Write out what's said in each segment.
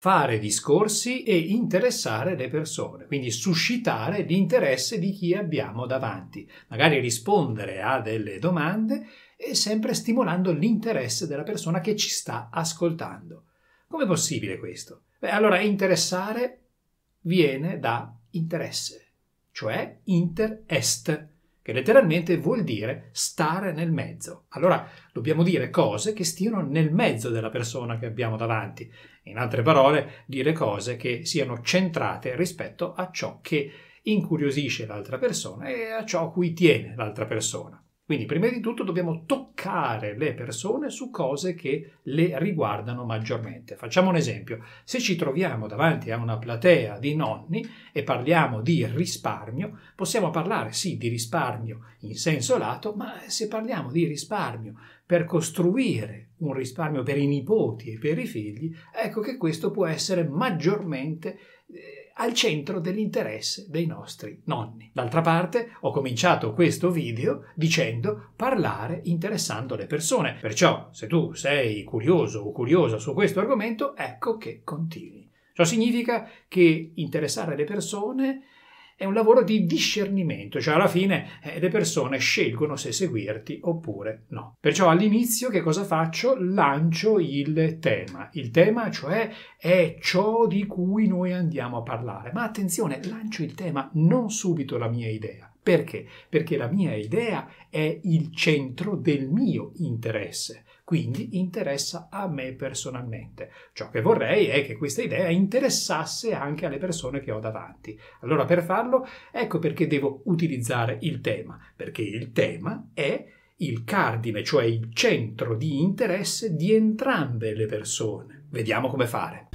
fare discorsi e interessare le persone, quindi suscitare l'interesse di chi abbiamo davanti, magari rispondere a delle domande e sempre stimolando l'interesse della persona che ci sta ascoltando. Com'è possibile questo? Allora interessare viene da interesse, cioè inter est, che letteralmente vuol dire stare nel mezzo. Allora dobbiamo dire cose che stiano nel mezzo della persona che abbiamo davanti. In altre parole, dire cose che siano centrate rispetto a ciò che incuriosisce l'altra persona e a ciò a cui tiene l'altra persona. Quindi, prima di tutto, dobbiamo toccare le persone su cose che le riguardano maggiormente. Facciamo un esempio. Se ci troviamo davanti a una platea di nonni e parliamo di risparmio, possiamo parlare, sì, di risparmio in senso lato, ma se parliamo di risparmio per costruire un risparmio per i nipoti e per i figli, ecco che questo può essere maggiormente al centro dell'interesse dei nostri nonni. D'altra parte, ho cominciato questo video dicendo parlare interessando le persone. Perciò, se tu sei curioso o curiosa su questo argomento, ecco che continui. Ciò significa che interessare le persone è un lavoro di discernimento, cioè alla fine le persone scelgono se seguirti oppure no. Perciò all'inizio che cosa faccio? Lancio il tema. Il tema, cioè, è ciò di cui noi andiamo a parlare. Ma attenzione, lancio il tema, non subito la mia idea. Perché? Perché la mia idea è il centro del mio interesse, quindi interessa a me personalmente. Ciò che vorrei è che questa idea interessasse anche alle persone che ho davanti. Allora per farlo, ecco perché devo utilizzare il tema, perché il tema è il cardine, cioè il centro di interesse di entrambe le persone. Vediamo come fare.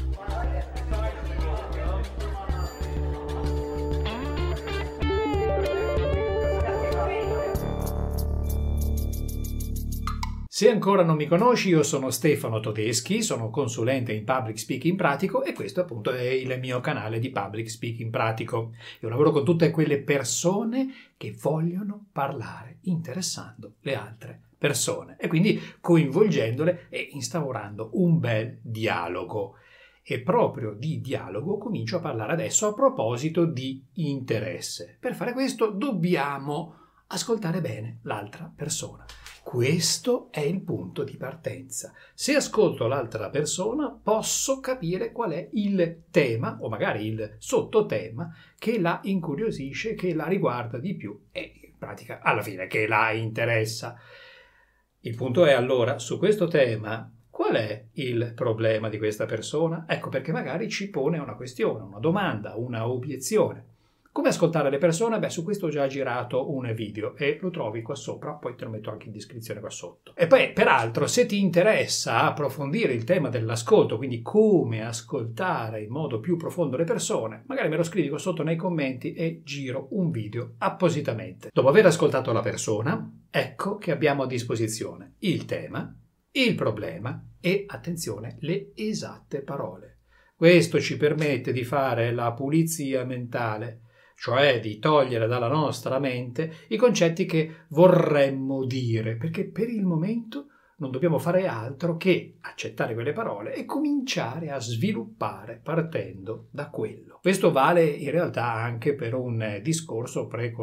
Se ancora non mi conosci, io sono Stefano Todeschi, sono consulente in Public Speaking Pratico e questo appunto è il mio canale di Public Speaking Pratico. Io lavoro con tutte quelle persone che vogliono parlare interessando le altre persone e quindi coinvolgendole e instaurando un bel dialogo. E proprio di dialogo comincio a parlare adesso a proposito di interesse. Per fare questo dobbiamo ascoltare bene l'altra persona. Questo è il punto di partenza. Se ascolto l'altra persona, posso capire qual è il tema, o magari il sottotema, che la incuriosisce, che la riguarda di più e, in pratica, alla fine, che la interessa. Il punto è allora, su questo tema, qual è il problema di questa persona? Ecco perché magari ci pone una questione, una domanda, una obiezione. Come ascoltare le persone? Beh, su questo ho già girato un video e lo trovi qua sopra, poi te lo metto anche in descrizione qua sotto. E poi, peraltro, se ti interessa approfondire il tema dell'ascolto, quindi come ascoltare in modo più profondo le persone, magari me lo scrivi qua sotto nei commenti e giro un video appositamente. Dopo aver ascoltato la persona, ecco che abbiamo a disposizione il tema, il problema e, attenzione, le esatte parole. Questo ci permette di fare la pulizia mentale, cioè di togliere dalla nostra mente i concetti che vorremmo dire, perché per il momento non dobbiamo fare altro che accettare quelle parole e cominciare a sviluppare partendo da quello. Questo vale in realtà anche per un discorso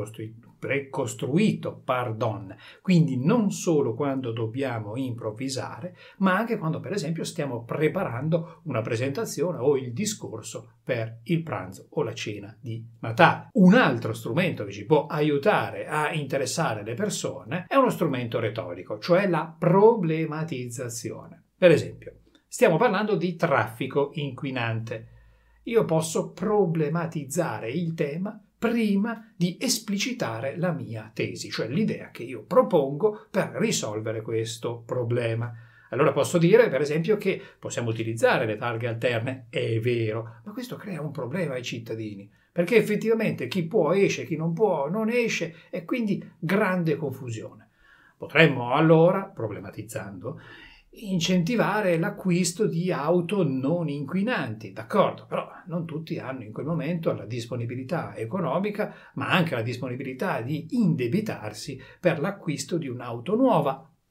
precostruito, quindi non solo quando dobbiamo improvvisare, ma anche quando per esempio stiamo preparando una presentazione o il discorso per il pranzo o la cena di Natale. Un altro strumento che ci può aiutare a interessare le persone è uno strumento retorico, cioè la problematizzazione. Per esempio, stiamo parlando di traffico inquinante. Io posso problematizzare il tema prima di esplicitare la mia tesi, cioè l'idea che io propongo per risolvere questo problema. Allora posso dire, per esempio, che possiamo utilizzare le targhe alterne, è vero, ma questo crea un problema ai cittadini, perché effettivamente chi può esce, chi non può non esce, e quindi grande confusione. Potremmo allora, problematizzando, incentivare l'acquisto di auto non inquinanti, d'accordo, però non tutti hanno in quel momento la disponibilità economica, ma anche la disponibilità di indebitarsi per l'acquisto di un'auto nuova.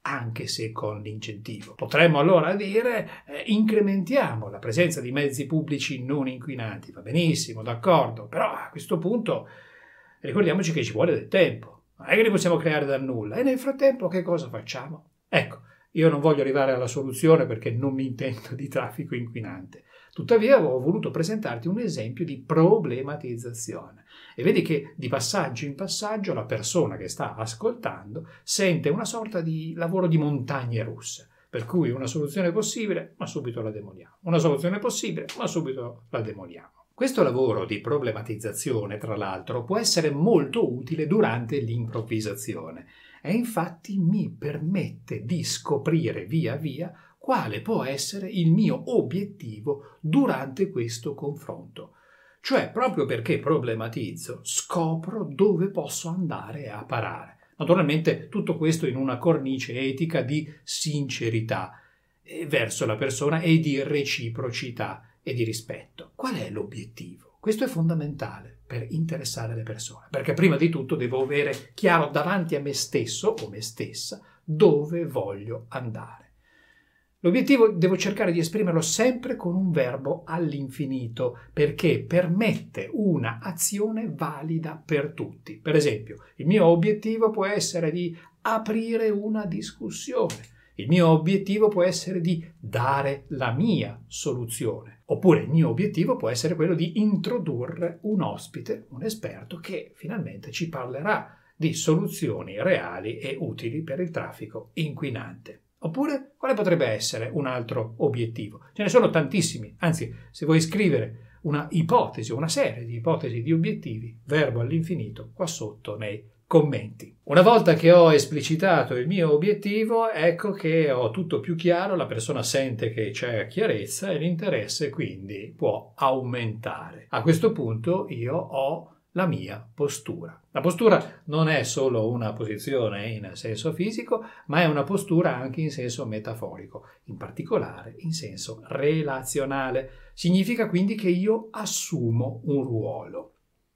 anche se con l'incentivo. Potremmo allora dire incrementiamo la presenza di mezzi pubblici non inquinanti. Va benissimo, d'accordo, però a questo punto ricordiamoci che ci vuole del tempo. Non è che li possiamo creare dal nulla. E nel frattempo che cosa facciamo? Ecco, io non voglio arrivare alla soluzione perché non mi intendo di traffico inquinante. Tuttavia ho voluto presentarti un esempio di problematizzazione e vedi che di passaggio in passaggio la persona che sta ascoltando sente una sorta di lavoro di montagne russe, per cui una soluzione possibile, ma subito la demoliamo. Una soluzione possibile, ma subito la demoliamo. Questo lavoro di problematizzazione, tra l'altro, può essere molto utile durante l'improvvisazione e infatti mi permette di scoprire via via quale può essere il mio obiettivo durante questo confronto. Cioè, proprio perché problematizzo, scopro dove posso andare a parare. Naturalmente tutto questo in una cornice etica di sincerità verso la persona e di reciprocità e di rispetto. Qual è l'obiettivo? Questo è fondamentale per interessare le persone, perché prima di tutto devo avere chiaro davanti a me stesso o me stessa dove voglio andare. L'obiettivo devo cercare di esprimerlo sempre con un verbo all'infinito, perché permette una azione valida per tutti. Per esempio, il mio obiettivo può essere di aprire una discussione. Il mio obiettivo può essere di dare la mia soluzione. Oppure il mio obiettivo può essere quello di introdurre un ospite, un esperto, che finalmente ci parlerà di soluzioni reali e utili per il traffico inquinante. Oppure, quale potrebbe essere un altro obiettivo? Ce ne sono tantissimi, anzi, se vuoi scrivere una ipotesi, una serie di ipotesi di obiettivi, verbo all'infinito, qua sotto nei commenti. Una volta che ho esplicitato il mio obiettivo, ecco che ho tutto più chiaro, la persona sente che c'è chiarezza e l'interesse quindi può aumentare. A questo punto io ho la mia postura. La postura non è solo una posizione in senso fisico, ma è una postura anche in senso metaforico, in particolare in senso relazionale. Significa quindi che io assumo un ruolo.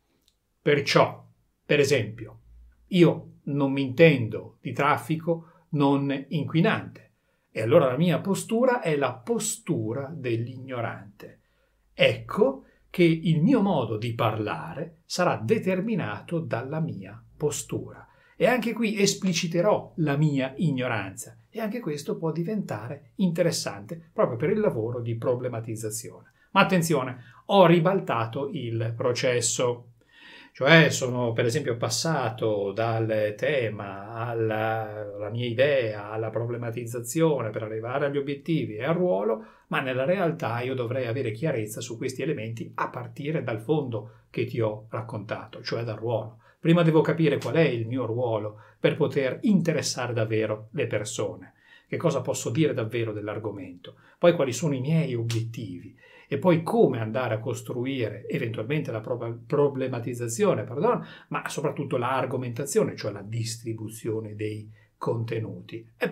Perciò, per esempio, io non mi intendo di traffico non inquinante e allora la mia postura è la postura dell'ignorante. Ecco che il mio modo di parlare sarà determinato dalla mia postura. E anche qui espliciterò la mia ignoranza e anche questo può diventare interessante proprio per il lavoro di problematizzazione. Ma attenzione, ho ribaltato il processo. Cioè sono per esempio passato dal tema alla mia idea, alla problematizzazione per arrivare agli obiettivi e al ruolo, ma nella realtà io dovrei avere chiarezza su questi elementi a partire dal fondo che ti ho raccontato, cioè dal ruolo. Prima devo capire qual è il mio ruolo per poter interessare davvero le persone, che cosa posso dire davvero dell'argomento, poi quali sono i miei obiettivi e poi come andare a costruire eventualmente la problematizzazione, ma soprattutto l'argomentazione, cioè la distribuzione dei contenuti e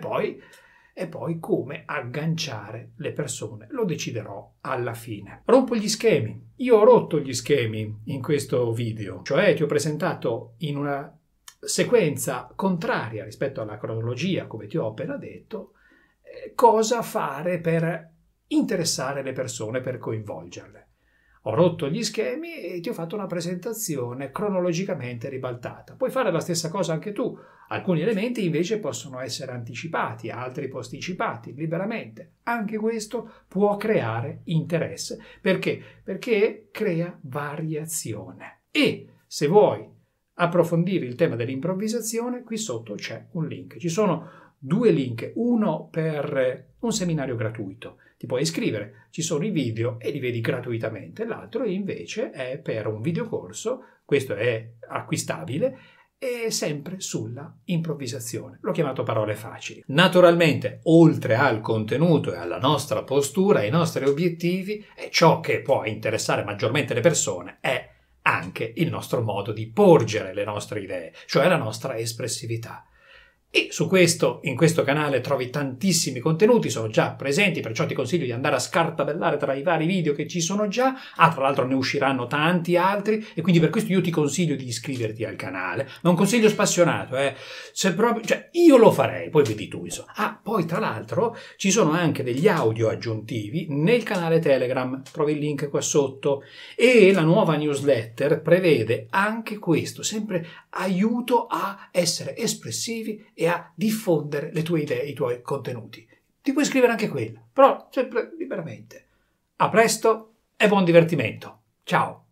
poi come agganciare le persone. Lo deciderò alla fine. Rompo gli schemi. Io ho rotto gli schemi in questo video, cioè ti ho presentato in una sequenza contraria rispetto alla cronologia, come ti ho appena detto, cosa fare per interessare le persone, per coinvolgerle. Ho rotto gli schemi e ti ho fatto una presentazione cronologicamente ribaltata. Puoi fare la stessa cosa anche tu. Alcuni elementi invece possono essere anticipati, altri posticipati liberamente. Anche questo può creare interesse. Perché? Perché crea variazione. E se vuoi approfondire il tema dell'improvvisazione, qui sotto c'è un link. Ci sono 2 link, uno per un seminario gratuito. Ti puoi iscrivere, ci sono i video e li vedi gratuitamente. L'altro invece è per un videocorso, questo è acquistabile, e sempre sulla improvvisazione. L'ho chiamato parole facili. Naturalmente, oltre al contenuto e alla nostra postura, ai nostri obiettivi, ciò che può interessare maggiormente le persone è anche il nostro modo di porgere le nostre idee, cioè la nostra espressività. E in questo canale trovi tantissimi contenuti, sono già presenti, perciò ti consiglio di andare a scartabellare tra i vari video che ci sono già. Tra l'altro ne usciranno tanti altri e quindi per questo io ti consiglio di iscriverti al canale. Ma un consiglio spassionato, Se proprio, io lo farei, poi vedi tu, insomma. Poi tra l'altro ci sono anche degli audio aggiuntivi nel canale Telegram, trovi il link qua sotto, e la nuova newsletter prevede anche questo, sempre aiuto a essere espressivi e a diffondere le tue idee, i tuoi contenuti. Ti puoi scrivere anche quello, però sempre liberamente. A presto e buon divertimento. Ciao!